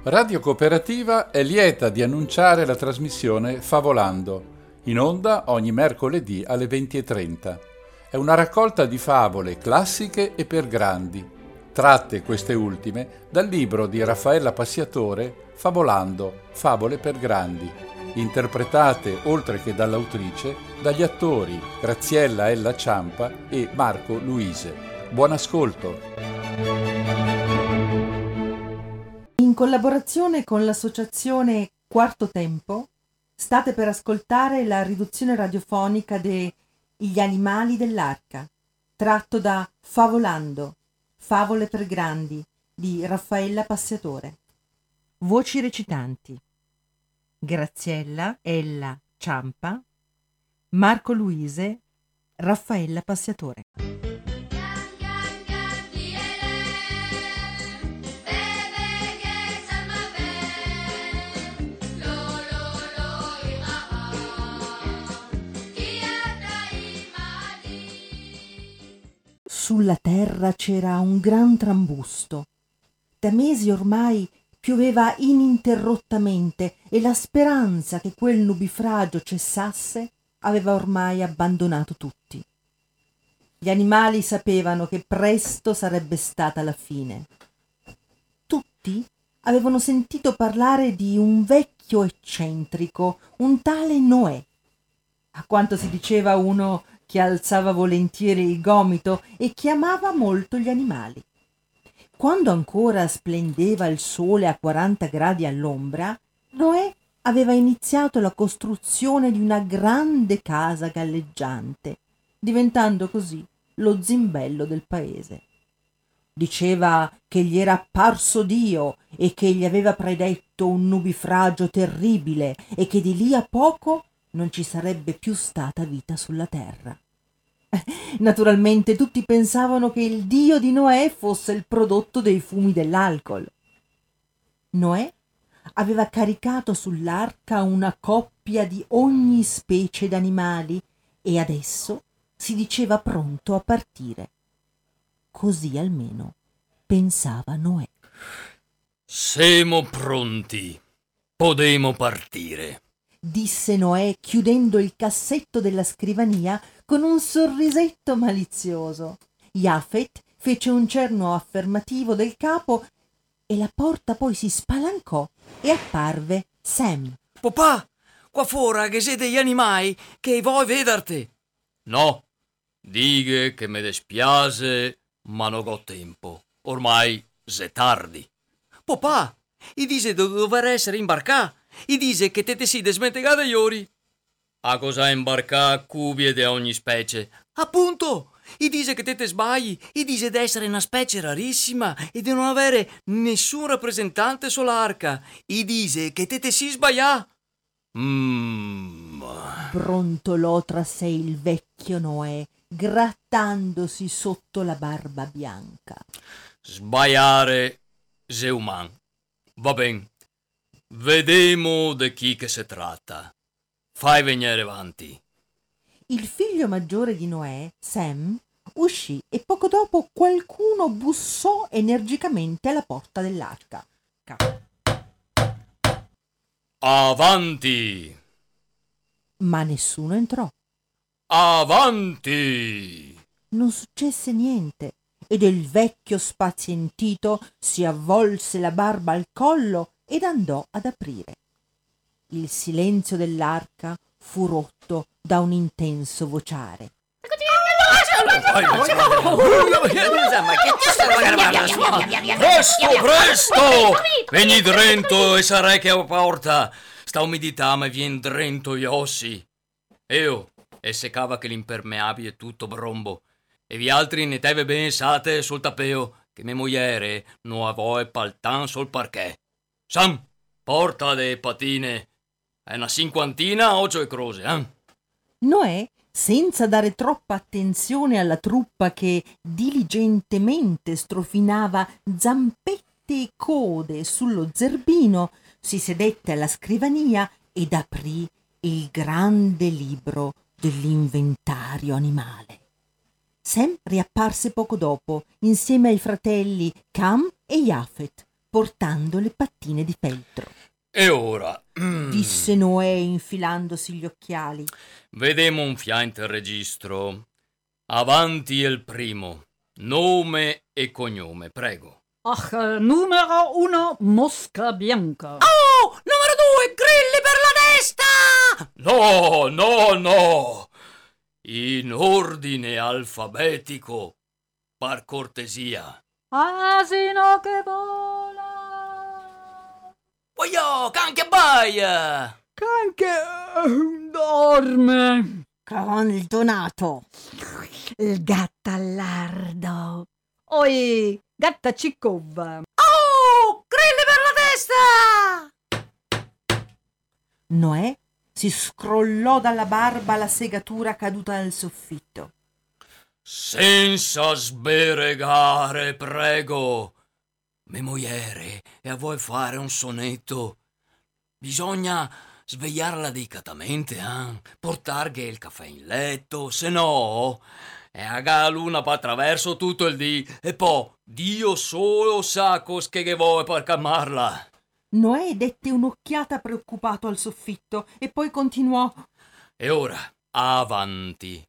Radio Cooperativa è lieta di annunciare la trasmissione Favolando, in onda ogni mercoledì alle 20:30. È una raccolta di favole classiche e per grandi, tratte queste ultime dal libro di Raffaella Passiatore Favolando, favole per grandi, interpretate, oltre che dall'autrice, dagli attori Graziella Ella Ciampa e Marco Luise. Buon ascolto! In collaborazione con l'associazione Quarto Tempo, state per ascoltare la riduzione radiofonica de Gli animali dell'arca, tratto da Favolando, favole per grandi, di Raffaella Passiatore. Voci recitanti: Graziella Ella Ciampa, Marco Luise, Raffaella Passiatore. Sulla terra c'era un gran trambusto. Da mesi ormai pioveva ininterrottamente e la speranza che quel nubifragio cessasse aveva ormai abbandonato tutti. Gli animali sapevano che presto sarebbe stata la fine. Tutti avevano sentito parlare di un vecchio eccentrico, un tale Noè. A quanto si diceva, uno che alzava volentieri il gomito e che amava molto gli animali. Quando ancora splendeva il sole a 40 gradi all'ombra, Noè aveva iniziato la costruzione di una grande casa galleggiante, diventando così lo zimbello del paese. Diceva che gli era apparso Dio e che gli aveva predetto un nubifragio terribile e che di lì a poco non ci sarebbe più stata vita sulla terra. Naturalmente tutti pensavano che il Dio di Noè fosse il prodotto dei fumi dell'alcol. Noè aveva caricato sull'arca una coppia di ogni specie d'animali e adesso si diceva pronto a partire. Così almeno pensava Noè. Siamo pronti, podemo partire, disse Noè chiudendo il cassetto della scrivania con un sorrisetto malizioso. Jafet fece un cenno affermativo del capo e la porta poi si spalancò e apparve Sam. Papà, qua fuori che siete gli animali che vuoi vederti. No, dighe che mi dispiace, ma non ho tempo. Ormai è tardi. Papà, i dice di dover essere imbarcati. I dice che te si desmentegate iori. A cosa imbarcare cubie di ogni specie? Appunto! I dice che te sbagli. I dice di essere una specie rarissima e di non avere nessun rappresentante sull'arca. I dice che te si sbaglia. Brontolò tra sé il vecchio Noè, grattandosi sotto la barba bianca. Sbagliare è umano. Va ben. Vediamo di chi che si tratta. Fai venire avanti. Il figlio maggiore di Noè, Sam, uscì e poco dopo qualcuno bussò energicamente alla porta dell'arca. Avanti! Ma nessuno entrò. Avanti! Non successe niente ed il vecchio spazientito si avvolse la barba al collo ed andò ad aprire. Il silenzio dell'arca fu rotto da un intenso vociare. Presto! Veni drento e sarai che a porta. Sta umidità mi vien drento gli ossi. E seccava che l'impermeabile è tutto brombo. E vi altri ne teve ben sate sul tapeo, che mia moglie non avoi paltan sul parquet. Sam, porta le patine. È una cinquantina o e crose, Noè, senza dare troppa attenzione alla truppa che diligentemente strofinava zampette e code sullo zerbino, si sedette alla scrivania ed aprì il grande libro dell'inventario animale. Sam riapparse poco dopo, insieme ai fratelli Cam e Jafet. portando le pattine di feltro. E ora? Disse Noè infilandosi gli occhiali. Vedemo un fiante il registro. Avanti il primo. Nome e cognome, prego. Numero 1, Mosca Bianca. Oh, numero 2, grilli per la testa! No, no, no! In ordine alfabetico, per cortesia. Asino che vola. Voglio, can che baia! Che dorme. Con il donato. Il gattallardo. Oi, gatta ciccova. Oh, grilli per la testa! Noè si scrollò dalla barba la segatura caduta dal soffitto. Senza sberegare, prego. Me mogliere e a voi fare un sonetto. Bisogna svegliarla delicatamente, portarghe il caffè in letto, se no è a luna per attraverso tutto il dì e poi Dio solo sa cos'è che vuoi per calmarla. Noè dette un'occhiata preoccupato al soffitto e poi continuò. E ora, avanti.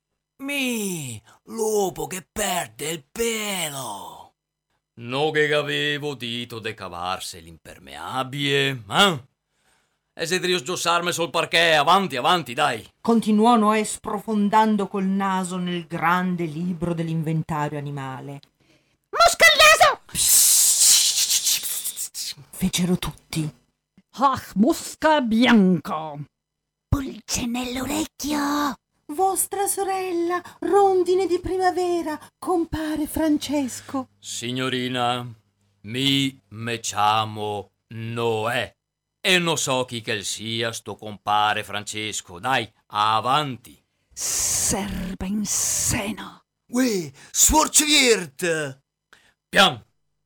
Lupo che perde il pelo. No che avevo dito de cavarse l'impermeabile, E se devo sgiossarmi sul parquet, avanti, avanti, dai. Continuò Noè sprofondando col naso nel grande libro dell'inventario animale. Mosca al naso! Fecero tutti. Mosca Bianca. Pulce nell'orecchio. Vostra sorella, rondine di primavera, compare Francesco. Signorina, mi chiamo Noè e non so chi che sia sto compare Francesco. Dai, avanti. Serba in seno. Uè, sforciviert! Pian,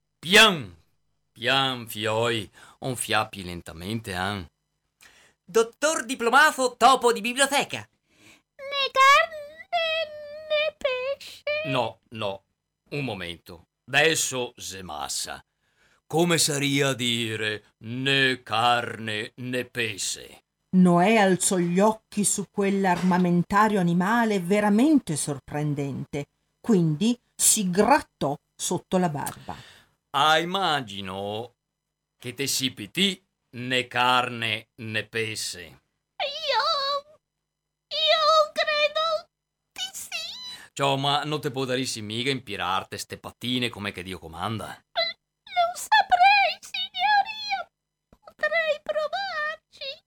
fioi, un fiappi lentamente, Dottor diplomato topo di biblioteca. Né carne né pesce. No, un momento. Adesso se massa. Come saria a dire né carne né pesce? Noè alzò gli occhi su quell'armamentario animale veramente sorprendente, quindi si grattò sotto la barba. Immagino che te sipiti né carne né pesce. Io credo di sì. Ciò, ma non te può darsi mica impirarte ste pattine come che Dio comanda? Non saprei, signoria. Potrei provarci.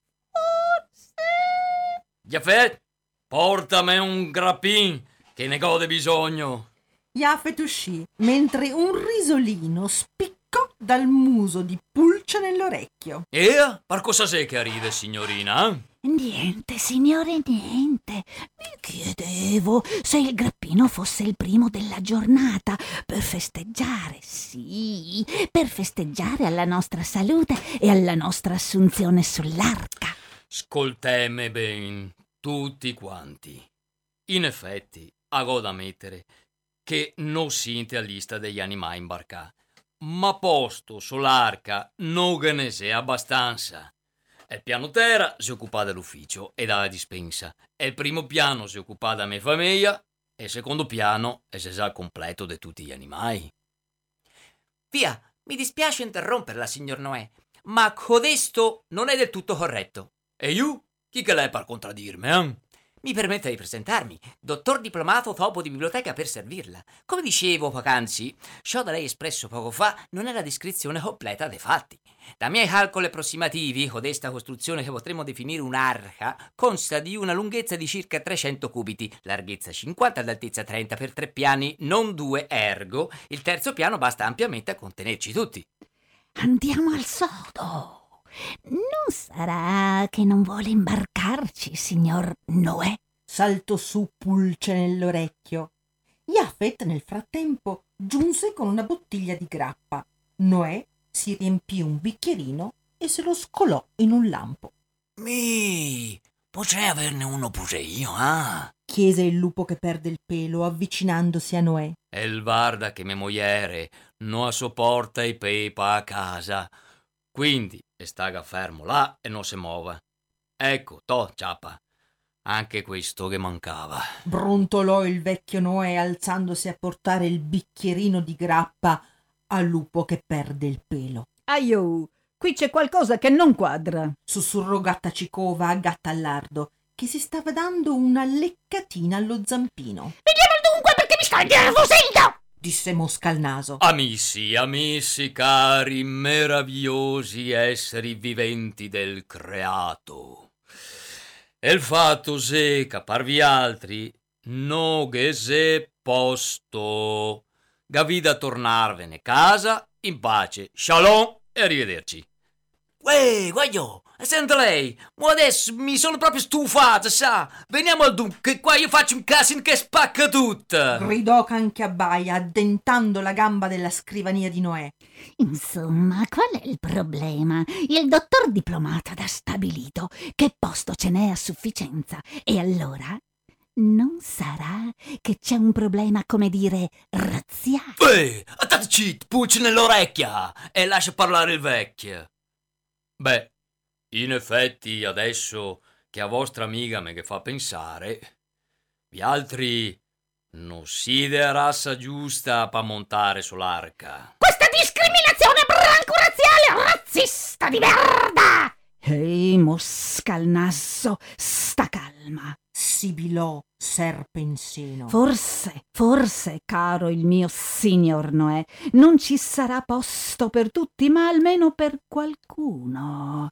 Forse. Giaffè, portami un grappin che ne gode bisogno. Jafet uscì, mentre un risolino spiccò dal muso di Pulce nell'orecchio. E per cosa sei che ride, signorina? Niente, signore, niente. Mi chiedevo se il grappino fosse il primo della giornata per festeggiare, sì, per festeggiare alla nostra salute e alla nostra assunzione sull'arca. Ascolteme ben, tutti quanti. In effetti, hago da mettere che non siete a lista degli animali imbarcati, ma posto sull'arca non che ne sia abbastanza. Il piano terra si occupa dell'ufficio e della dispensa, e il primo piano si occupa della mia famiglia, e il secondo piano è il completo di tutti gli animali. Via, mi dispiace interromperla, signor Noè, ma codesto non è del tutto corretto. E io? Chi che lei per contraddirmi, Mi permetta di presentarmi, dottor diplomato topo di biblioteca per servirla. Come dicevo poc'anzi, ciò da lei espresso poco fa non è la descrizione completa dei fatti. Da miei calcoli approssimativi, codesta costruzione che potremmo definire un'arca consta di una lunghezza di circa 300 cubiti, larghezza 50 ed altezza 30 per 3 piani, non 2, ergo il terzo piano basta ampiamente a contenerci tutti. Andiamo al sodo. Non sarà che non vuole imbarcarci, signor Noè? Saltò su Pulce nell'orecchio. Jafet nel frattempo giunse con una bottiglia di grappa. Noè si riempì un bicchierino e se lo scolò in un lampo. Potrei averne uno pure io, chiese il lupo che perde il pelo avvicinandosi a Noè. El varda che mia mogliere non sopporta i pepa a casa, quindi staga fermo là e non si muova. Ecco, ciappa, anche questo che mancava. Brontolò il vecchio Noè alzandosi a portare il bicchierino di grappa al lupo che perde il pelo. Aio, qui c'è qualcosa che non quadra. Sussurrò Gatta Cicova a Gattallardo, che si stava dando una leccatina allo zampino. Vediamo il dunque perché mi sta innervosendo! Disse Mosca al naso. Amici, cari, meravigliosi esseri viventi del creato. E il fatto se che parvi altri, no che se posto, gavida tornarvene casa in pace. Shalom e arrivederci. Guaglio, senta lei, ma adesso mi sono proprio stufato, sa? Veniamo al dunque, qua io faccio un casino che spacca tutto. Gridò Canchiabbaia addentando la gamba della scrivania di Noè. Insomma, qual è il problema? Il dottor diplomato ha stabilito che posto ce n'è a sufficienza e allora non sarà che c'è un problema, come dire, razziale. State zitto, pucci nell'orecchia e lascia parlare il vecchio. Beh, in effetti adesso che a vostra amica me che fa pensare, gli altri non siete la razza giusta per montare sull'arca. Questa discriminazione branco-razziale razzista di merda! Ehi, Mosca al naso, sta calma. Sibilò Serpe in seno. Forse, caro il mio signor Noè, non ci sarà posto per tutti, ma almeno per qualcuno.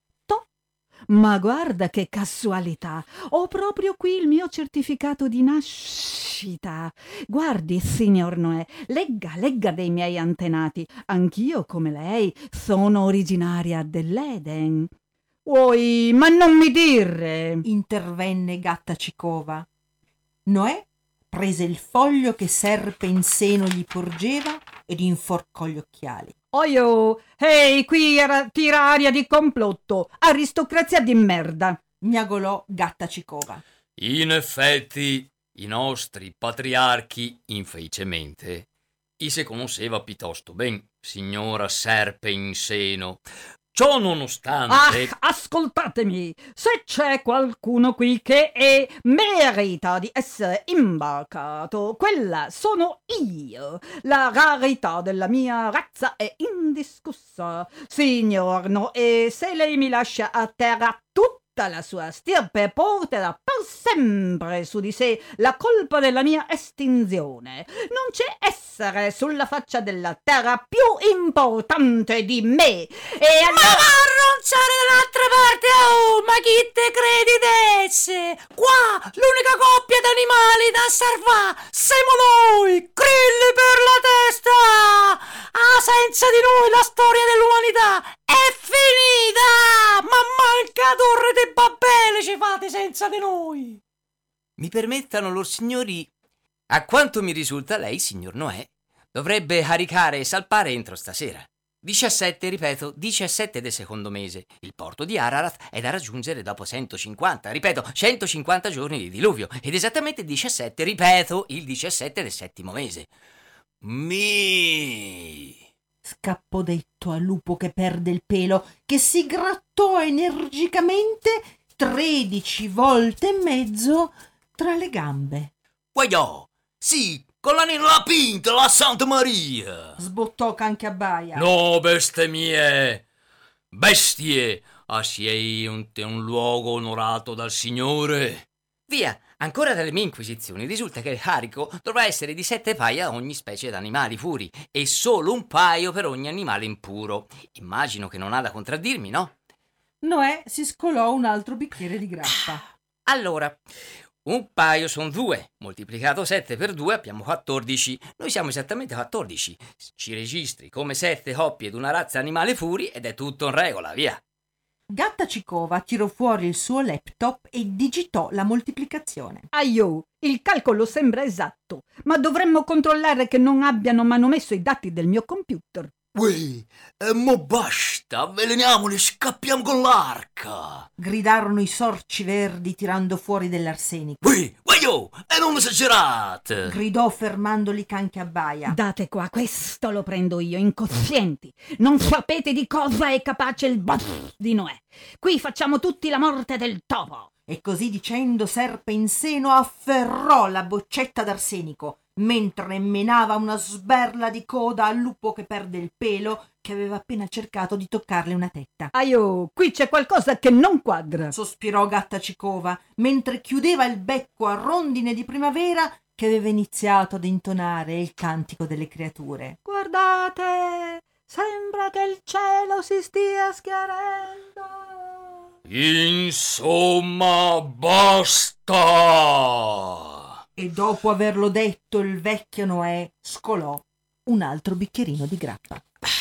Ma guarda che casualità, ho proprio qui il mio certificato di nascita. Guardi, signor Noè, legga dei miei antenati. Anch'io, come lei, sono originaria dell'Eden. Vuoi, ma non mi dire! Intervenne Gatta Cicova. Noè prese il foglio che Serpe in seno gli porgeva ed inforcò gli occhiali. Oio, ehi, qui tira aria di complotto, aristocrazia di merda. Miagolò Gatta Cicova. In effetti, i nostri patriarchi, infelicemente, i se conosceva piuttosto ben, signora Serpe in seno. Ciò nonostante... Ascoltatemi, se c'è qualcuno qui che merita di essere imbarcato, quella sono io. La rarità della mia razza è indiscussa, signor No, e se lei mi lascia a terra tutta la sua stirpe porterà per sempre su di sé la colpa della mia estinzione. Non c'è essere sulla faccia della terra più importante di me. E allora... Ma va a ronzare dall'altra parte, oh, ma chi te credi d'esse? Qua l'unica coppia d'animali da salvare siamo noi, grilli per la testa! Ah, senza di noi la storia dell'umanità è finita! Ma manca Torre de Babele ci fate senza di noi! Mi permettano, lor signori, a quanto mi risulta lei, signor Noè, dovrebbe caricare e salpare entro stasera. 17, ripeto, 17 del secondo mese. Il porto di Ararat è da raggiungere dopo 150, ripeto, 150 giorni di diluvio. Ed esattamente 17, ripeto, il 17 del settimo mese. Scappò detto al lupo che perde il pelo, che si grattò energicamente 13 volte e mezzo tra le gambe. Guagliò, sì, con l'anello alla pinta, la Santa Maria! Sbottò Canchiabbaia. No, bestemie! Bestie! Siei un luogo onorato dal Signore. Via, ancora dalle mie inquisizioni risulta che il carico dovrà essere di 7 paia a ogni specie d'animali puri e solo un paio per ogni animale impuro. Immagino che non ha da contraddirmi, no? Noè si scolò un altro bicchiere di grappa. Allora, un paio sono 2, moltiplicato 7 per 2 abbiamo 14. Noi siamo esattamente 14. Ci registri come 7 coppie d'una razza animale puri ed è tutto in regola, via. Gatta Cicova tirò fuori il suo laptop e digitò la moltiplicazione. Aio, il calcolo sembra esatto, ma dovremmo controllare che non abbiano manomesso i dati del mio computer. Uè, mo basta, avveleniamoli e scappiamo con l'arca. Gridarono i sorci verdi tirando fuori dell'arsenico. Uè, io, e non esagerate. Gridò fermandoli Canchiabbaia. Date qua, questo lo prendo io, incoscienti. Non sapete di cosa è capace il boss di Noè. Qui facciamo tutti la morte del topo. E così dicendo Serpe in seno afferrò la boccetta d'arsenico, mentre menava una sberla di coda al lupo che perde il pelo, che aveva appena cercato di toccarle una tetta. Aio, qui c'è qualcosa che non quadra. Sospirò Gatta Cicova, mentre chiudeva il becco a rondine di primavera che aveva iniziato ad intonare il cantico delle creature. Guardate, sembra che il cielo si stia schiarendo. Insomma, basta! E dopo averlo detto il vecchio Noè scolò un altro bicchierino di grappa.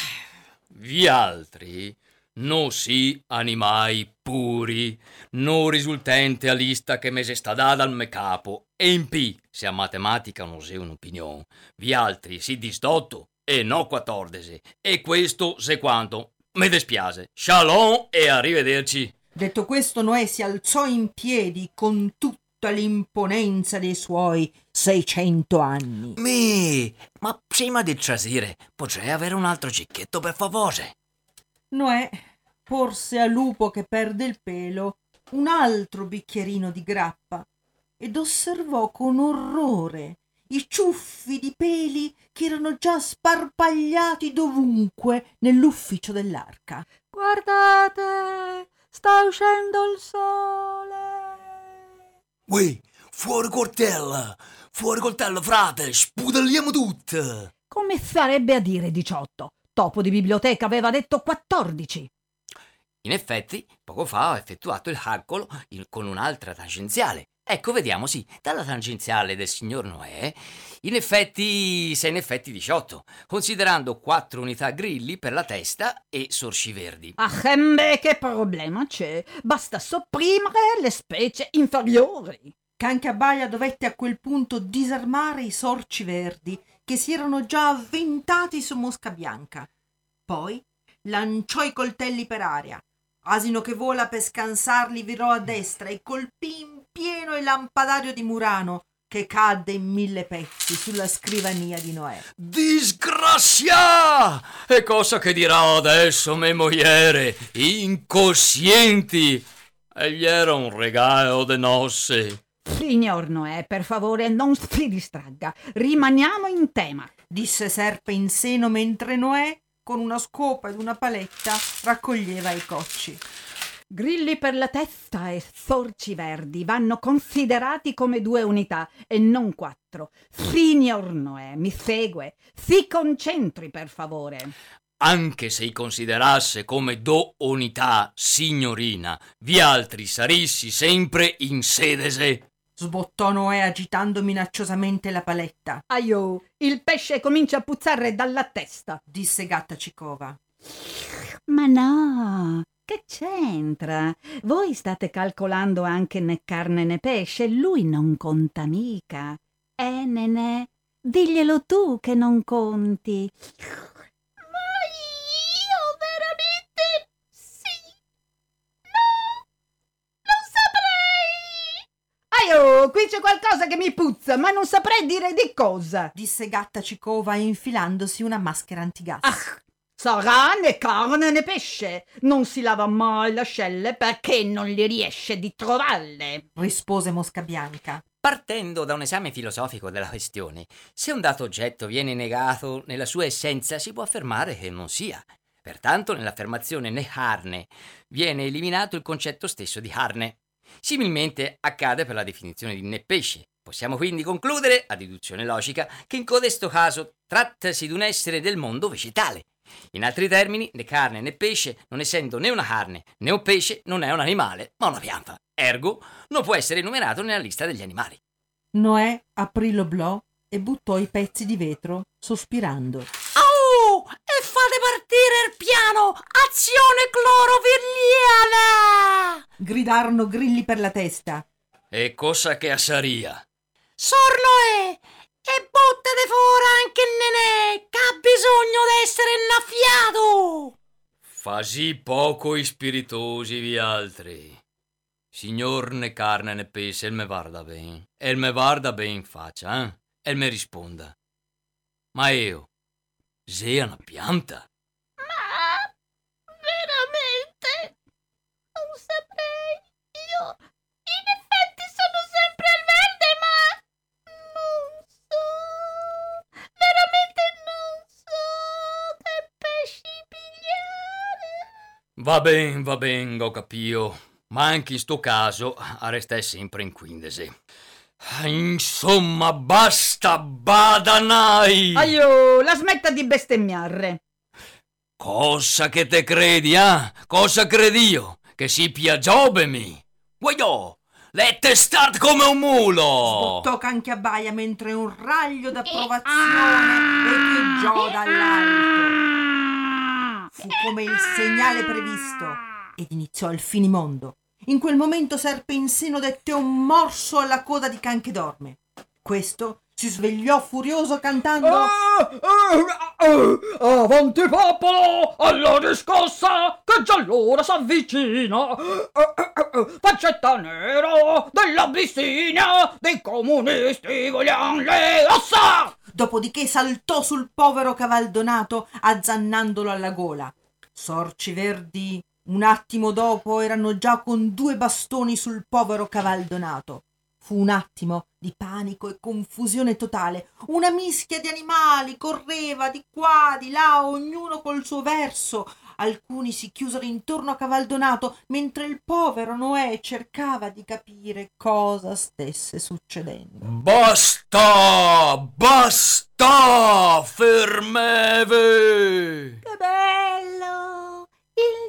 Vi altri, no sì animai puri, no risultente a lista che me se sta data al me capo, e in P, se a matematica non sei un'opinione, vi altri si disdotto e no 14, e questo se quanto, me despiace, shalom e arrivederci. Detto questo, Noè si alzò in piedi con tutta l'imponenza dei suoi 600 anni. Ma prima di trasire, potrei avere un altro cicchetto per favore? Noè porse a Lupo che perde il pelo un altro bicchierino di grappa ed osservò con orrore i ciuffi di peli che erano già sparpagliati dovunque nell'ufficio dell'arca. Guardate, sta uscendo il sole. Uè, fuori coltello, frate, spudelliamo tutte. Come sarebbe a dire 18? Topo di biblioteca aveva detto 14. In effetti, poco fa ho effettuato il calcolo con un'altra tangenziale. Ecco, vediamo, sì, dalla tangenziale del signor Noè, sei in effetti 18, considerando 4 unità grilli per la testa e sorci verdi. Ah, beh, che problema c'è? Basta sopprimere le specie inferiori. Canchiabbaia dovette a quel punto disarmare i sorci verdi che si erano già avventati su Mosca Bianca. Poi lanciò i coltelli per aria. Asino che vola per scansarli virò a destra e colpì in pieno il lampadario di Murano, che cadde in 1000 pezzi sulla scrivania di Noè. Disgrazia! E cosa che dirà adesso me mogliere? Incoscienti! E gli era un regalo de nozze. Signor Noè, per favore non si distragga. Rimaniamo in tema. Disse Serpe in seno mentre Noè, con una scopa ed una paletta, raccoglieva i cocci. Grilli per la testa e sorci verdi vanno considerati come 2 unità e non 4. Signor Noè, mi segue? Si concentri, per favore. Anche se i considerasse come 2 unità, signorina, vi altri sarissi sempre in sedese. Sbottò Noè agitando minacciosamente la paletta. Aio, il pesce comincia a puzzare dalla testa, disse Gatta Cicova. Ma no, che c'entra? Voi state calcolando anche né carne né pesce, lui non conta mica. Nenè, diglielo tu che non conti. Ma io veramente sì. No, non saprei. Aio, qui c'è qualcosa che mi puzza, ma non saprei dire di cosa, disse Gatta Cicova infilandosi una maschera antigas. Ah, sarà né carne né pesce. Non si lava mai le ascelle perché non li riesce di trovarle, rispose Mosca Bianca. Partendo da un esame filosofico della questione, se un dato oggetto viene negato nella sua essenza, si può affermare che non sia. Pertanto, nell'affermazione né carne viene eliminato il concetto stesso di carne. Similmente accade per la definizione di né pesce. Possiamo quindi concludere, a deduzione logica, che in codesto caso trattasi di un essere del mondo vegetale. In altri termini, né carne né pesce, non essendo né una carne né un pesce, non è un animale, ma una pianta. Ergo, non può essere enumerato nella lista degli animali. Noè aprì l'oblò e buttò i pezzi di vetro, sospirando. Oh, e fate partire il piano! Azione clorovirliana! Gridarono grilli per la testa. E cosa che assaria? Sor Noè, E buttate fuori anche il nenè, che ha bisogno di essere innaffiato. Fasi poco spiritosi vi altri. Signor né carne né pesce, il me guarda ben. E il me guarda ben in faccia, eh? E il me risponda. Ma io, sei una pianta? Ma veramente? Non saprei. Io in effetti sono sempre al verde, ma non so. Veramente non so che pesci pigliare. Va ben, ho capito. Ma anche in sto caso restai sempre in quindesi. Insomma, basta badanai! Aio, la smetta di bestemmiare. Cosa che te credi, eh? Cosa credi io? Che si piagiobemi? Guagliò, le testate come un mulo! Sbottò Canchiabaia mentre un raglio d'approvazione echeggiò dall'alto. Fu come il segnale previsto ed iniziò il finimondo. In quel momento Serpe in seno dette un morso alla coda di Can che dorme. Questo si svegliò furioso cantando Avanti popolo, alla riscossa, che già l'ora s'avvicina. Faccetta nera dell'Abissinia, dei comunisti vogliamo le ossa. Dopodiché saltò sul povero Cavaldonato azzannandolo alla gola. Sorci Verdi un attimo dopo erano già con 2 bastoni sul povero Cavaldonato. Fu un attimo di panico e confusione totale. Una mischia di animali correva di qua, di là, ognuno col suo verso. Alcuni si chiusero intorno a Cavaldonato, mentre il povero Noè cercava di capire cosa stesse succedendo. Basta! Basta! Fermevi! Che bello! Il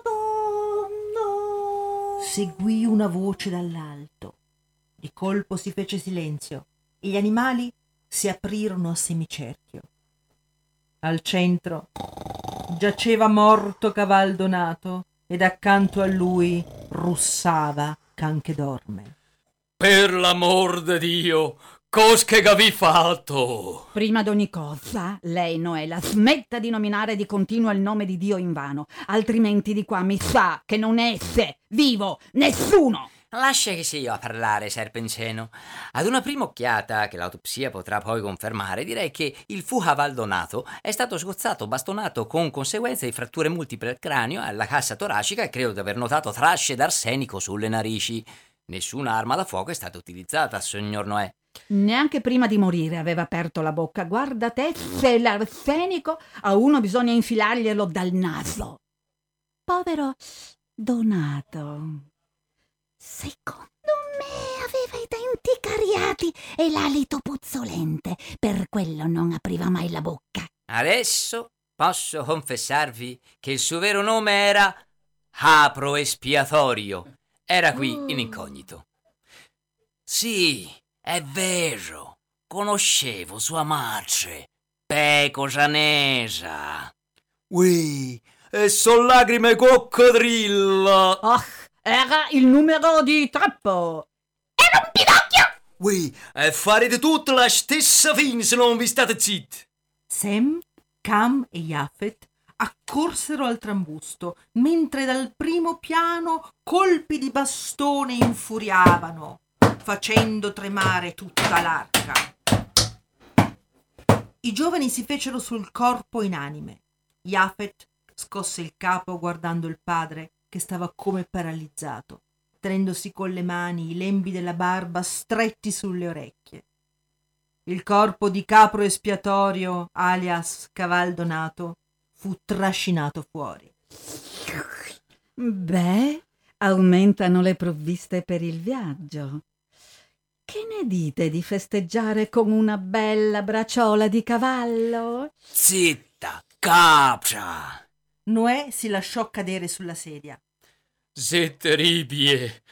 girotondo! Seguì una voce dall'alto. Di colpo si fece silenzio e gli animali si aprirono a semicerchio. Al centro giaceva morto Cavaldonato ed accanto a lui russava Can che dorme. Per l'amor de Dio, cos che avevi fatto? Prima d'ogni cosa, lei, Noela, smetta di nominare di continuo il nome di Dio invano, altrimenti di qua mi sa che non è vivo nessuno. Lascia che sia io a parlare, Serpenzeno. Ad una prima occhiata, che l'autopsia potrà poi confermare, direi che il fu Cavaldonato è stato sgozzato, bastonato con conseguenze di fratture multiple al cranio e alla cassa toracica e credo di aver notato tracce d'arsenico sulle narici. Nessuna arma da fuoco è stata utilizzata, signor Noè. Neanche prima di morire aveva aperto la bocca. Guarda te, se l'arsenico a uno bisogna infilarglielo dal naso. Povero Donato. Secondo me aveva i denti cariati e l'alito puzzolente, per quello non apriva mai la bocca. Adesso posso confessarvi che il suo vero nome era Capro Espiatorio. Era qui in incognito. Sì, è vero, conoscevo sua madre, Peco Gianesa. Ui, e son lacrime coccodrillo! Ah, era il numero di Treppo. Era un Pinocchio! Ui, e farete tutta la stessa fine se non vi state zitti. Sem, Cam e Japhet accorsero al trambusto, mentre dal primo piano colpi di bastone infuriavano, facendo tremare tutta l'arca. I giovani si fecero sul corpo inanime. Japhet scosse il capo guardando il padre, che stava come paralizzato, tenendosi con le mani i lembi della barba stretti sulle orecchie. Il corpo di Capro Espiatorio, alias Cavaldonato, fu trascinato fuori. Beh, aumentano le provviste per il viaggio. Che ne dite di festeggiare con una bella braciola di cavallo? Zitta, capra! Noè si lasciò cadere sulla sedia. C'est terribile,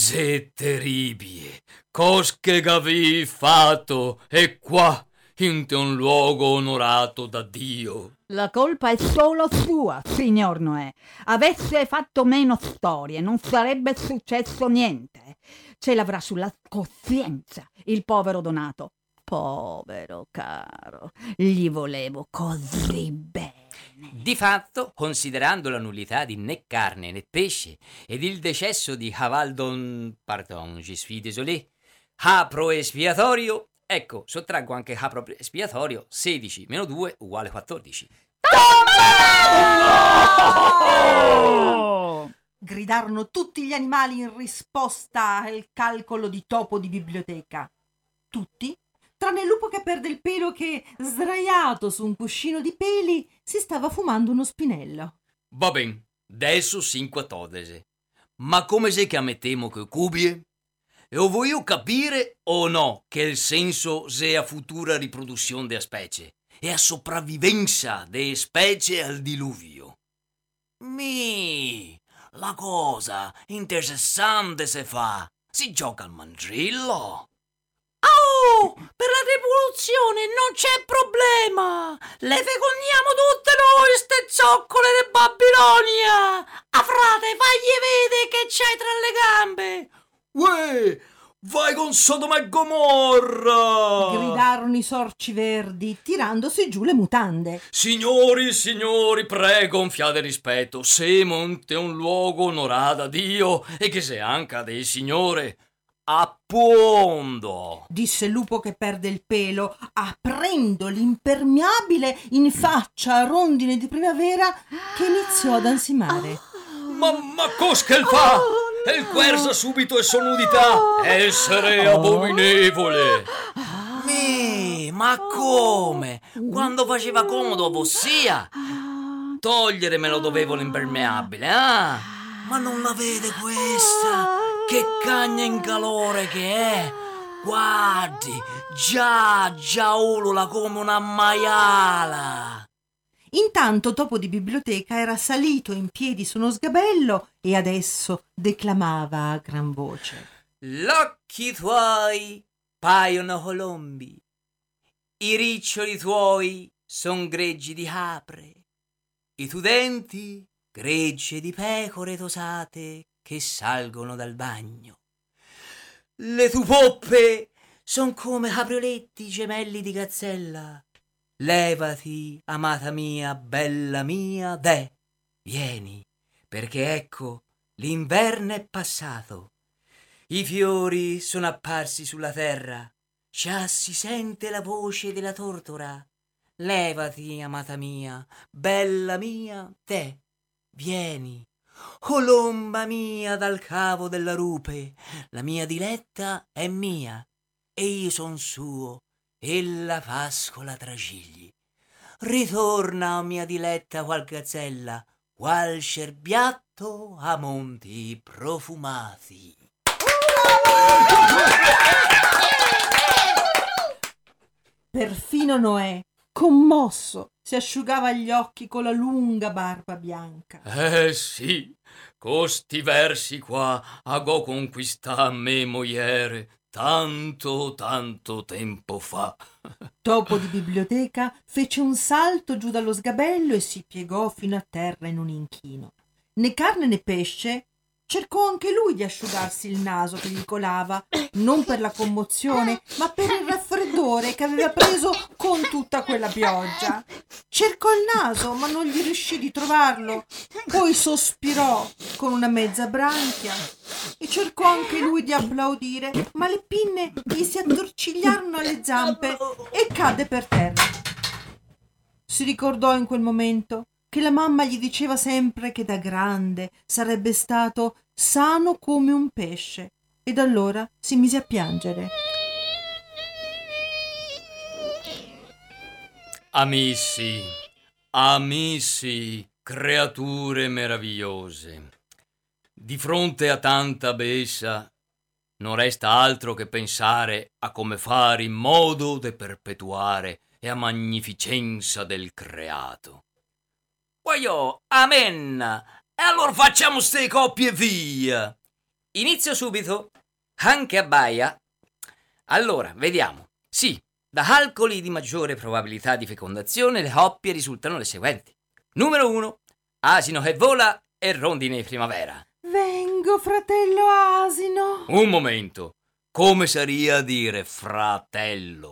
cos che avevi fatto e qua, in un luogo onorato da Dio. La colpa è solo sua, signor Noè. Avesse fatto meno storie, non sarebbe successo niente. Ce l'avrà sulla coscienza il povero Donato. Povero caro, gli volevo così bene. Di fatto, considerando la nullità di né carne né pesce ed il decesso di pardon, je suis désolé, Apro espiatorio, ecco, sottraggo anche Apro espiatorio, 16 meno 2 uguale 14. Gridarono tutti gli animali in risposta al calcolo di Topo di biblioteca. Tutti, tranne il lupo che perde il pelo che, sdraiato su un cuscino di peli, si stava fumando uno spinello. Va ben, adesso 5 Ma come se che ammettiamo che cubie? E o voglio capire o no che il senso sia futura riproduzione della specie e a sopravvivenza delle specie al diluvio. La cosa interessante se fa, si gioca al mandrillo. Oh, per la rivoluzione non c'è problema. Le fecondiamo tutte noi, ste zoccole di Babilonia. A frate, fagli vedere che c'hai tra le gambe. Uè, vai con Sodoma e Gomorra! Gridarono i sorci verdi, tirandosi giù le mutande. Signori, prego, gonfiate rispetto. Se monte un luogo onorato a Dio e che sia anche dei signore. Appondo! Disse il lupo che perde il pelo, aprendo l'impermeabile in faccia a rondine di primavera che iniziò ad ansimare. Ma cos'è il fa? E il querza subito e sonudità essere abominevole. Ma come? Quando faceva comodo vossia? Togliere me lo dovevo l'impermeabile, ah? Ma non la vede questa? Che cagna in calore che è! Guardi, già ulula come una maiala! Intanto Topo di biblioteca era salito in piedi su uno sgabello e adesso declamava a gran voce. L'occhi tuoi paiono colombi, i riccioli tuoi son greggi di capre, i tuoi denti gregge di pecore tosate che salgono dal bagno. Le tue poppe son come caprioletti gemelli di gazzella. Levati, amata mia, bella mia, vieni, perché ecco, l'inverno è passato. I fiori sono apparsi sulla terra, già si sente la voce della tortora. Levati, amata mia, bella mia, vieni. Colomba mia dal cavo della rupe, la mia diletta è mia, e io son suo, e la pascola tragigli. Ritorna, mia diletta, qual gazzella, qual cerbiatto a monti profumati. Perfino Noè, commosso, si asciugava gli occhi con la lunga barba bianca. Sì, costi versi qua agò conquistà me moiere tanto tempo fa. Topo di biblioteca fece un salto giù dallo sgabello e si piegò fino a terra in un inchino. Né carne né pesce, cercò anche lui di asciugarsi il naso che gli colava, non per la commozione, ma per il raffreddore che aveva preso con tutta quella pioggia. Cercò il naso, ma non gli riuscì di trovarlo. Poi sospirò con una mezza branchia e cercò anche lui di applaudire, ma le pinne gli si attorcigliarono alle zampe e cadde per terra. Si ricordò in quel momento che la mamma gli diceva sempre che da grande sarebbe stato sano come un pesce, ed allora si mise a piangere. Amici, creature meravigliose. Di fronte a tanta bellezza non resta altro che pensare a come fare in modo di perpetuare e a magnificenza del creato. Voglio, amen. E allora facciamo ste coppie via. Inizio subito. Anche a baia. Allora, vediamo. Sì, da calcoli di maggiore probabilità di fecondazione le coppie risultano le seguenti. Numero 1. Asino che vola e rondine di primavera. Vengo, fratello asino. Un momento. Come sarebbe a dire fratello?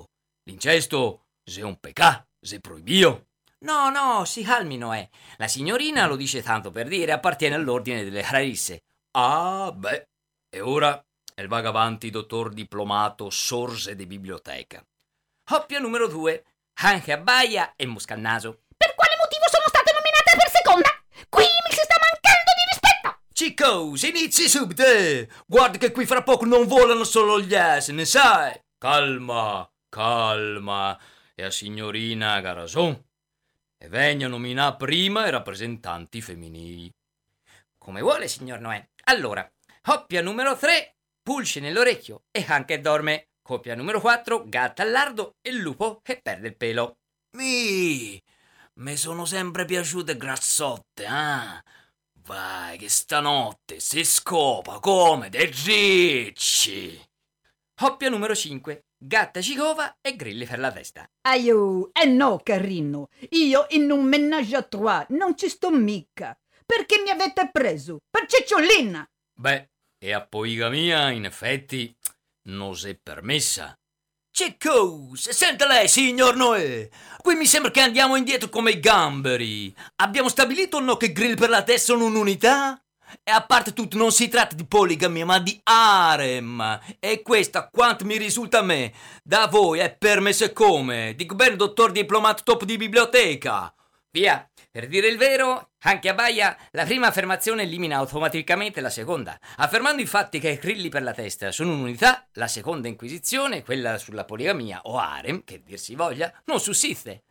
L'incesto, c'est un peccato, c'est proibio. No, no, si calmi Noè. La signorina lo dice tanto per dire, appartiene all'ordine delle Clarisse. Ah, beh, e ora el vaga avanti, dottor diplomato, sorse di biblioteca. Coppia numero 2, anche abbaia e mosca al naso. Per quale motivo sono state nominate per seconda? Qui mi si sta mancando di rispetto! Chico, si inizi subito! Guarda che qui fra poco non volano solo gli asini, sai? Calma, calma, e a signorina ha ragione. E vegna nominare prima i rappresentanti femminili. Come vuole, signor Noè. Allora, coppia numero 3, pulce nell'orecchio e anche dorme. Coppia numero 4, gatta al lardo e lupo che perde il pelo. Mi sono sempre piaciute grassotte, eh? Vai, che stanotte si scopa come dei ricci. Coppia numero 5, gatta cicova e grilli per la testa. Aiù, no, carino, io in un ménage à trois non ci sto mica. Perché mi avete preso? Per cicciolina! Beh, e a poiga mia, in effetti, non s'è permessa. C'è cosa? Senta lei, signor Noè. Qui mi sembra che andiamo indietro come i gamberi. Abbiamo stabilito o no che grill per la testa sono un'unità? E a parte tutto non si tratta di poligamia ma di harem. E questo, a quanto mi risulta a me, da voi è permesso e come? Dico bene, dottor diplomato topo di biblioteca. Via, per dire il vero, anche a Baia la prima affermazione elimina automaticamente la seconda. Affermando infatti che i grilli per la testa sono un'unità, la seconda inquisizione, quella sulla poligamia o harem, che dir si voglia, non sussiste.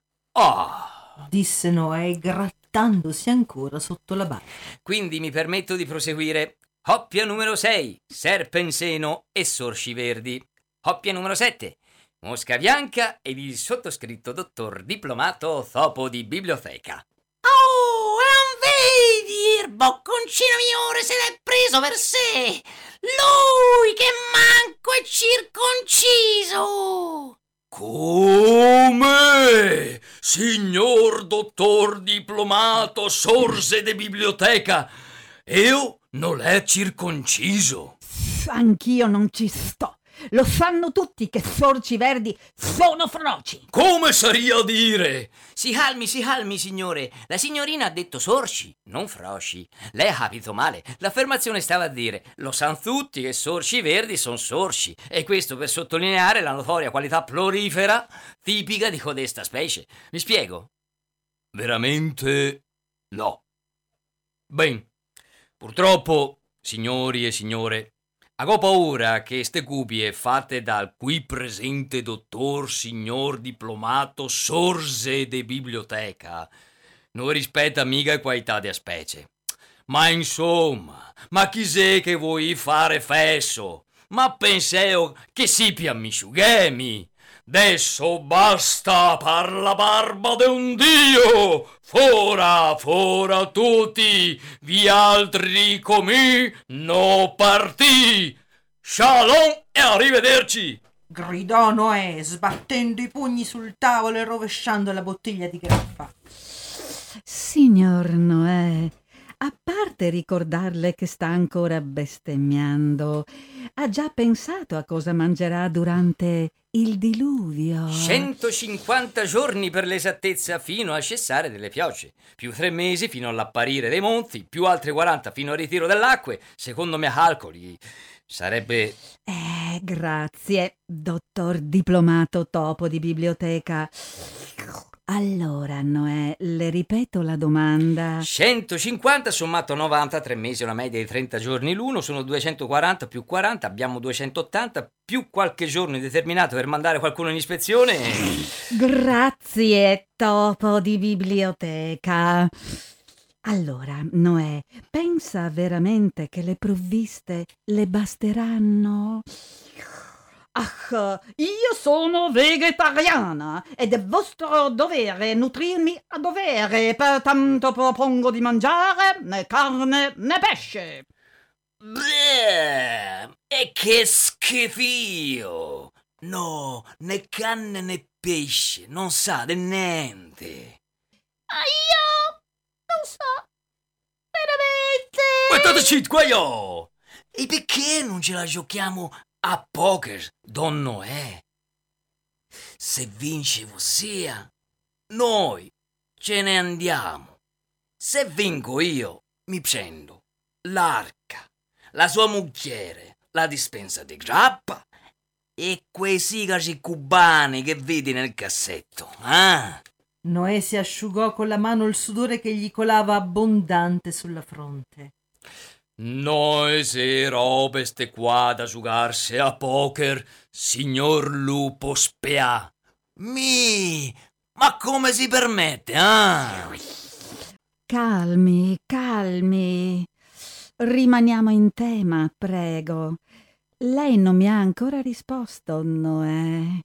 Disse Noè grattandosi ancora sotto la barba. Quindi mi permetto di proseguire. Coppia numero 6, serpe in seno e sorci verdi. Coppia numero 7, mosca bianca ed il sottoscritto dottor diplomato topo di biblioteca. Oh, e non vedi, il bocconcino migliore se l'è preso per sé! Lui che manco è circonciso! Come? Signor dottor diplomato sorse de biblioteca, io non l'è circonciso. Anch'io non ci sto. Lo sanno tutti che sorci verdi sono froci. Come saria a dire? Si calmi, signore. La signorina ha detto sorci, non froci. Lei ha capito male. L'affermazione stava a dire: lo sanno tutti che sorci verdi sono sorci. E questo per sottolineare la notoria qualità plorifera tipica di codesta specie. Mi spiego? Veramente no. Ben, purtroppo, signori e signore, ho paura che ste cupie fatte dal qui presente dottor signor diplomato sorse de biblioteca non rispetta mica qualità di specie. Ma insomma, ma chi sei che vuoi fare fesso? Ma penseo che si piammisciughemi. Adesso basta par la barba de un dio. Fora tutti, vi altri comì no partì. Shalom e arrivederci. Gridò Noè, sbattendo i pugni sul tavolo e rovesciando la bottiglia di grappa. Signor Noè, a parte ricordarle che sta ancora bestemmiando, ha già pensato a cosa mangerà durante il diluvio? 150 giorni per l'esattezza fino al cessare delle piogge, più 3 mesi fino all'apparire dei monti, più altri 40 fino al ritiro dell'acque. Secondo i miei calcoli sarebbe... Grazie, dottor diplomato topo di biblioteca. Allora, Noè, le ripeto la domanda. 150 sommato 90, 3 mesi, una media di 30 giorni l'uno, sono 240 più 40, abbiamo 280, più qualche giorno indeterminato per mandare qualcuno in ispezione. Grazie, topo di biblioteca. Allora, Noè, pensa veramente che le provviste le basteranno? Io sono vegetariana ed è vostro dovere nutrirmi a dovere, pertanto propongo di mangiare né carne né pesce. Beh, e che schifio! No, né carne né pesce, non sa di niente. Ma io non so, veramente. Mettate zitto qua io! E perché non ce la giochiamo a poker, don Noè? Se vince Ossia, noi ce ne andiamo. Se vinco io, mi prendo l'arca, la sua mucchiere, la dispensa di grappa e quei sigari cubani che vedi nel cassetto. Noè si asciugò con la mano il sudore che gli colava abbondante sulla fronte. Noi se robe ste qua da giugarsi a poker, signor lupo spea. Ma come si permette, Calmi, calmi. Rimaniamo in tema, prego. Lei non mi ha ancora risposto, Noè.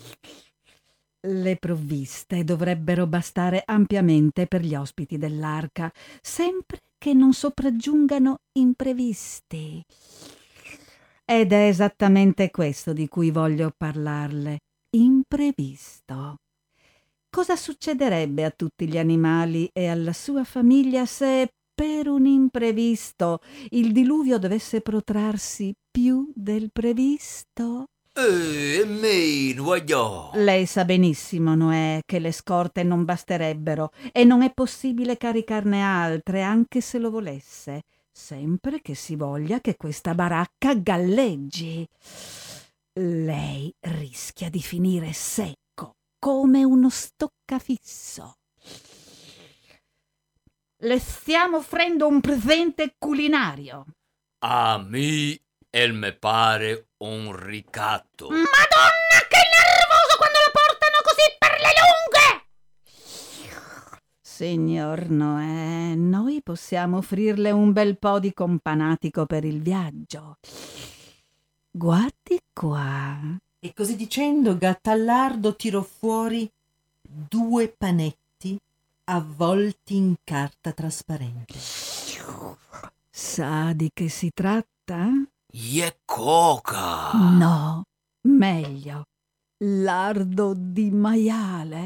Le provviste dovrebbero bastare ampiamente per gli ospiti dell'arca, sempre che non sopraggiungano imprevisti. Ed è esattamente questo di cui voglio parlarle. Imprevisto. Cosa succederebbe a tutti gli animali e alla sua famiglia se per un imprevisto il diluvio dovesse protrarsi più del previsto? Meno, voglio. Lei sa benissimo, Noè, che le scorte non basterebbero e non è possibile caricarne altre anche se lo volesse, sempre che si voglia che questa baracca galleggi. Lei rischia di finire secco come uno stoccafisso. Le stiamo offrendo un presente culinario. A me el me pare un ricatto. Madonna, che nervoso quando la portano così per le lunghe! Signor Noè, noi possiamo offrirle un bel po' di companatico per il viaggio. Guardi qua. E così dicendo Gattallardo tirò fuori 2 panetti avvolti in carta trasparente. Sa di che si tratta? È coca. No, meglio. Lardo di maiale.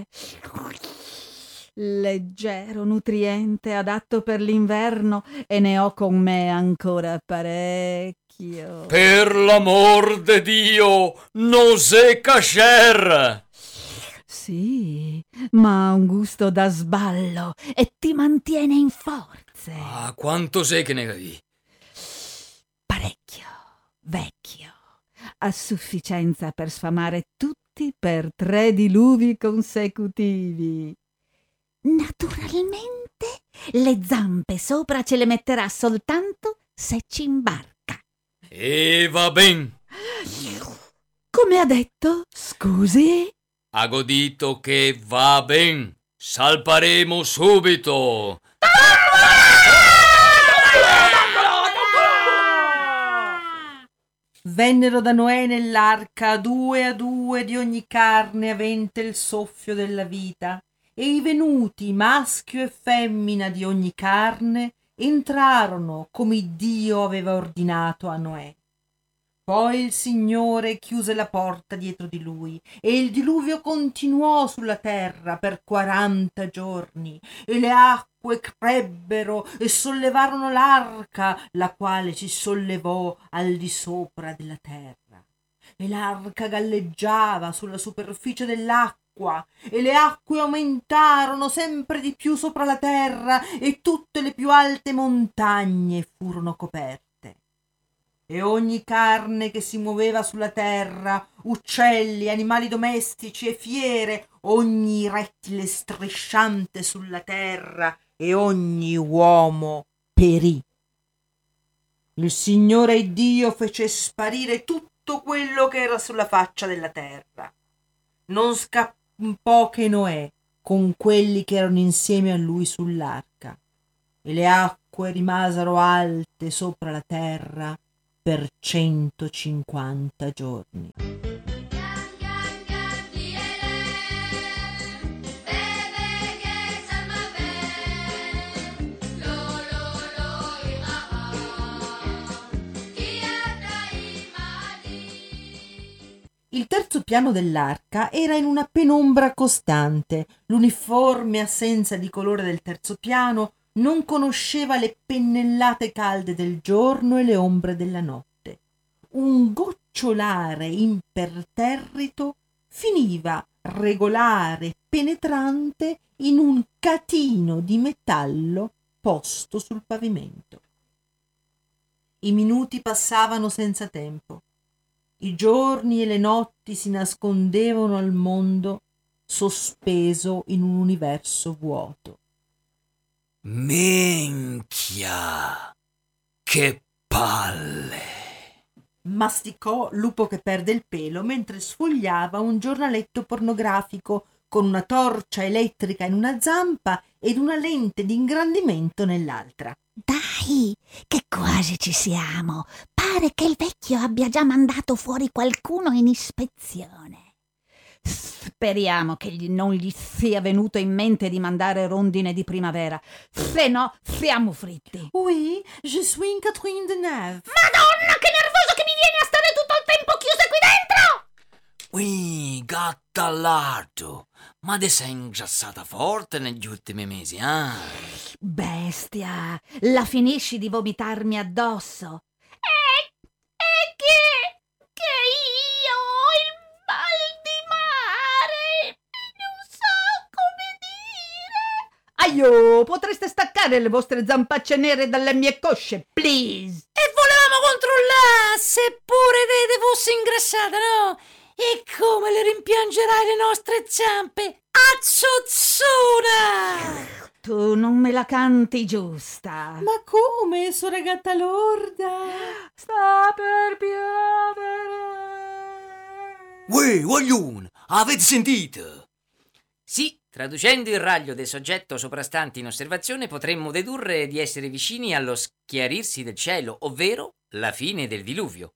Leggero, nutriente, adatto per l'inverno e ne ho con me ancora parecchio. Per l'amor de Dio, non sei kasher! Sì, ma ha un gusto da sballo e ti mantiene in forze. Quanto sei che ne capi? Parecchio, vecchio, a sufficienza per sfamare tutti per 3 diluvi consecutivi. Naturalmente le zampe sopra ce le metterà soltanto se ci imbarca. E va ben. Come ha detto? Scusi? Ha godito che va ben. Salparemo subito. Vennero da Noè nell'arca 2 a 2 di ogni carne avente il soffio della vita, e i venuti, maschio e femmina di ogni carne, entrarono come Dio aveva ordinato a Noè. Poi il Signore chiuse la porta dietro di lui, e il diluvio continuò sulla terra per 40 giorni, e le acque crebbero e sollevarono l'arca, la quale si sollevò al di sopra della terra. E l'arca galleggiava sulla superficie dell'acqua, e le acque aumentarono sempre di più sopra la terra, e tutte le più alte montagne furono coperte. E ogni carne che si muoveva sulla terra, uccelli, animali domestici e fiere, ogni rettile strisciante sulla terra e ogni uomo perì. Il Signore Dio fece sparire tutto quello che era sulla faccia della terra. Non scappò che Noè con quelli che erano insieme a lui sull'arca, e le acque rimasero alte sopra la terra per 150 giorni. Il terzo piano dell'arca era in una penombra costante. L'uniforme assenza di colore del terzo piano non conosceva le pennellate calde del giorno e le ombre della notte. Un gocciolare imperterrito finiva regolare e penetrante in un catino di metallo posto sul pavimento. I minuti passavano senza tempo. I giorni e le notti si nascondevano al mondo sospeso in un universo vuoto. Minchia! Che palle! Masticò Lupo che perde il pelo mentre sfogliava un giornaletto pornografico con una torcia elettrica in una zampa ed una lente di ingrandimento nell'altra. Dai, che quasi ci siamo. Pare che il vecchio abbia già mandato fuori qualcuno in ispezione. Speriamo che non gli sia venuto in mente di mandare rondine di primavera, se no siamo fritti. Oui, je suis une Catherine Deneuve. Madonna, che nervoso che mi viene a stare tutto il tempo chiusa qui dentro! Ui, gattallardo! Ma te sei ingrassata forte negli ultimi mesi, eh? Bestia, la finisci di vomitarmi addosso. E che io ho il mal di mare, non so come dire. Aio, potreste staccare le vostre zampacce nere dalle mie cosce, please. E volevamo controllare se pure te fosse ingrassata, no? E come le rimpiangerai le nostre zampe? Azzozzona! Tu non me la canti giusta. Ma come, sua gatta lorda? Sta per piovere. Uè, voglione, avete sentito? Sì, traducendo il raglio del soggetto soprastante in osservazione potremmo dedurre di essere vicini allo schiarirsi del cielo, ovvero la fine del diluvio.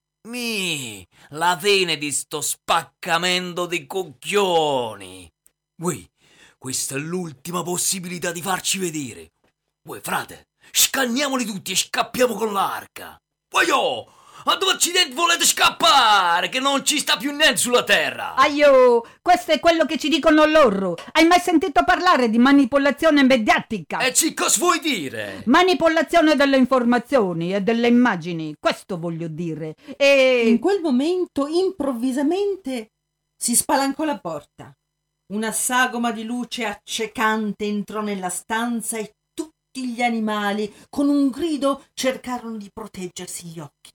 La fine di sto spaccamento di coglioni. Uè, questa è l'ultima possibilità di farci vedere. Uè, frate, scanniamoli tutti e scappiamo con l'arca. Voglio! A dove accidenti volete scappare? Che non ci sta più niente sulla terra! Aio, questo è quello che ci dicono loro. Hai mai sentito parlare di manipolazione mediatica? E ci cosa vuoi dire? Manipolazione delle informazioni e delle immagini, questo voglio dire. In E quel momento, improvvisamente, si spalancò la porta. Una sagoma di luce accecante entrò nella stanza e tutti gli animali, con un grido, cercarono di proteggersi gli occhi.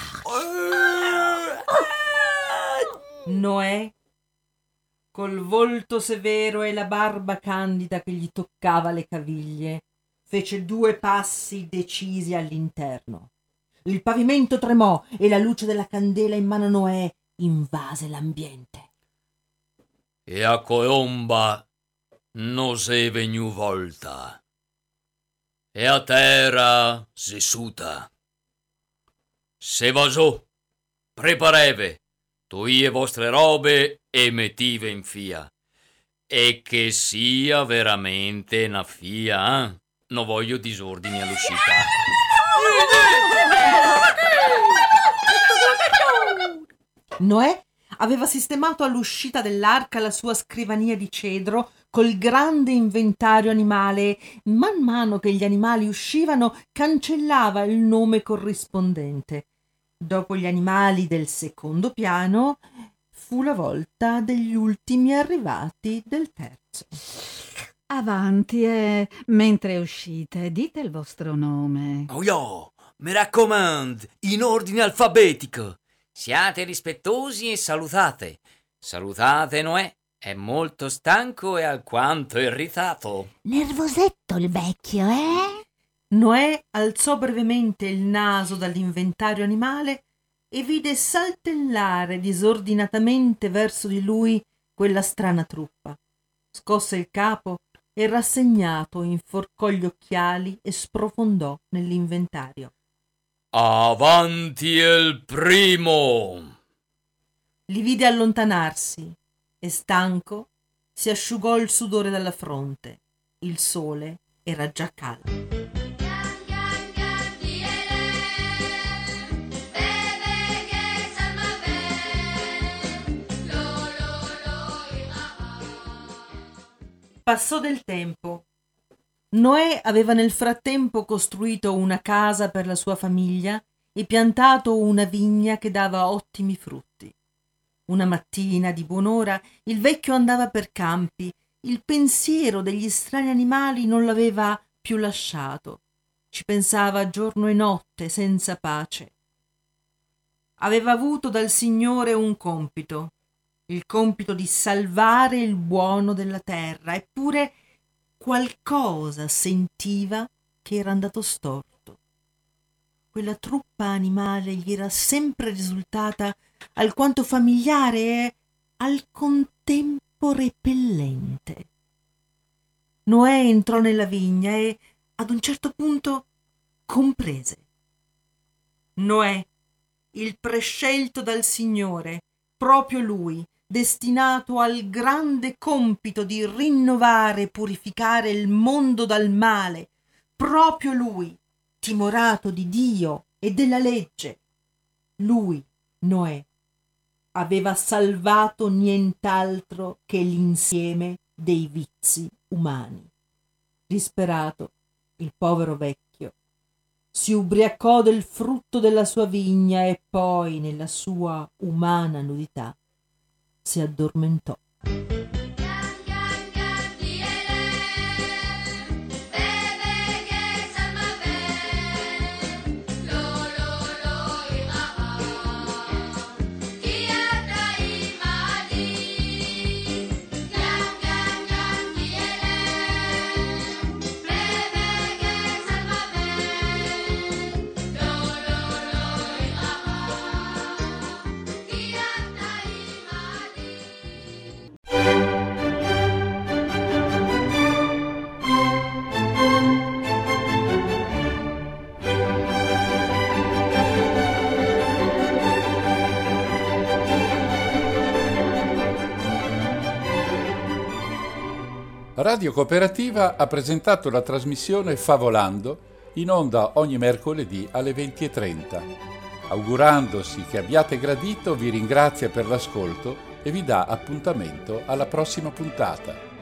Noè, col volto severo e la barba candida che gli toccava le caviglie, fece 2 passi decisi all'interno. Il pavimento tremò e la luce della candela in mano a Noè invase l'ambiente. E a colomba non sei venu volta. E a terra si suta. Se va su, prepareve, toie vostre robe e mettive in fia. E che sia veramente una fia, eh? Non voglio disordini all'uscita. Noè aveva sistemato all'uscita dell'arca la sua scrivania di cedro col grande inventario animale. Man mano che gli animali uscivano, cancellava il nome corrispondente. Dopo gli animali del secondo piano, fu la volta degli ultimi arrivati del terzo. avanti e mentre uscite dite il vostro nome. Oh io, mi raccomando, in ordine alfabetico. Siate rispettosi e salutate. Salutate Noè, è molto stanco e alquanto irritato. Nervosetto il vecchio, eh? Noè alzò brevemente il naso dall'inventario animale e vide saltellare disordinatamente verso di lui quella strana truppa. Scosse il capo e rassegnato inforcò gli occhiali e sprofondò nell'inventario. Avanti il primo! Li vide allontanarsi e, stanco, si asciugò il sudore dalla fronte. Il sole era già caldo. Passò del tempo. Noè aveva nel frattempo costruito una casa per la sua famiglia e piantato una vigna che dava ottimi frutti. Una mattina, di buon'ora, il vecchio andava per campi. Il pensiero degli strani animali non l'aveva più lasciato. Ci pensava giorno e notte, senza pace. Aveva avuto dal Signore un compito, il compito di salvare il buono della terra, eppure qualcosa sentiva che era andato storto. Quella truppa animale gli era sempre risultata alquanto familiare e al contempo repellente. Noè entrò nella vigna e ad un certo punto comprese. Noè, il prescelto dal Signore, proprio lui, destinato al grande compito di rinnovare e purificare il mondo dal male, proprio lui, timorato di Dio e della legge. Lui, Noè, aveva salvato nient'altro che l'insieme dei vizi umani. Disperato, il povero vecchio si ubriacò del frutto della sua vigna e poi, nella sua umana nudità, si addormentò. Radio Cooperativa ha presentato la trasmissione Favolando, in onda ogni mercoledì alle 20:30. Augurandosi che abbiate gradito, vi ringrazia per l'ascolto e vi dà appuntamento alla prossima puntata.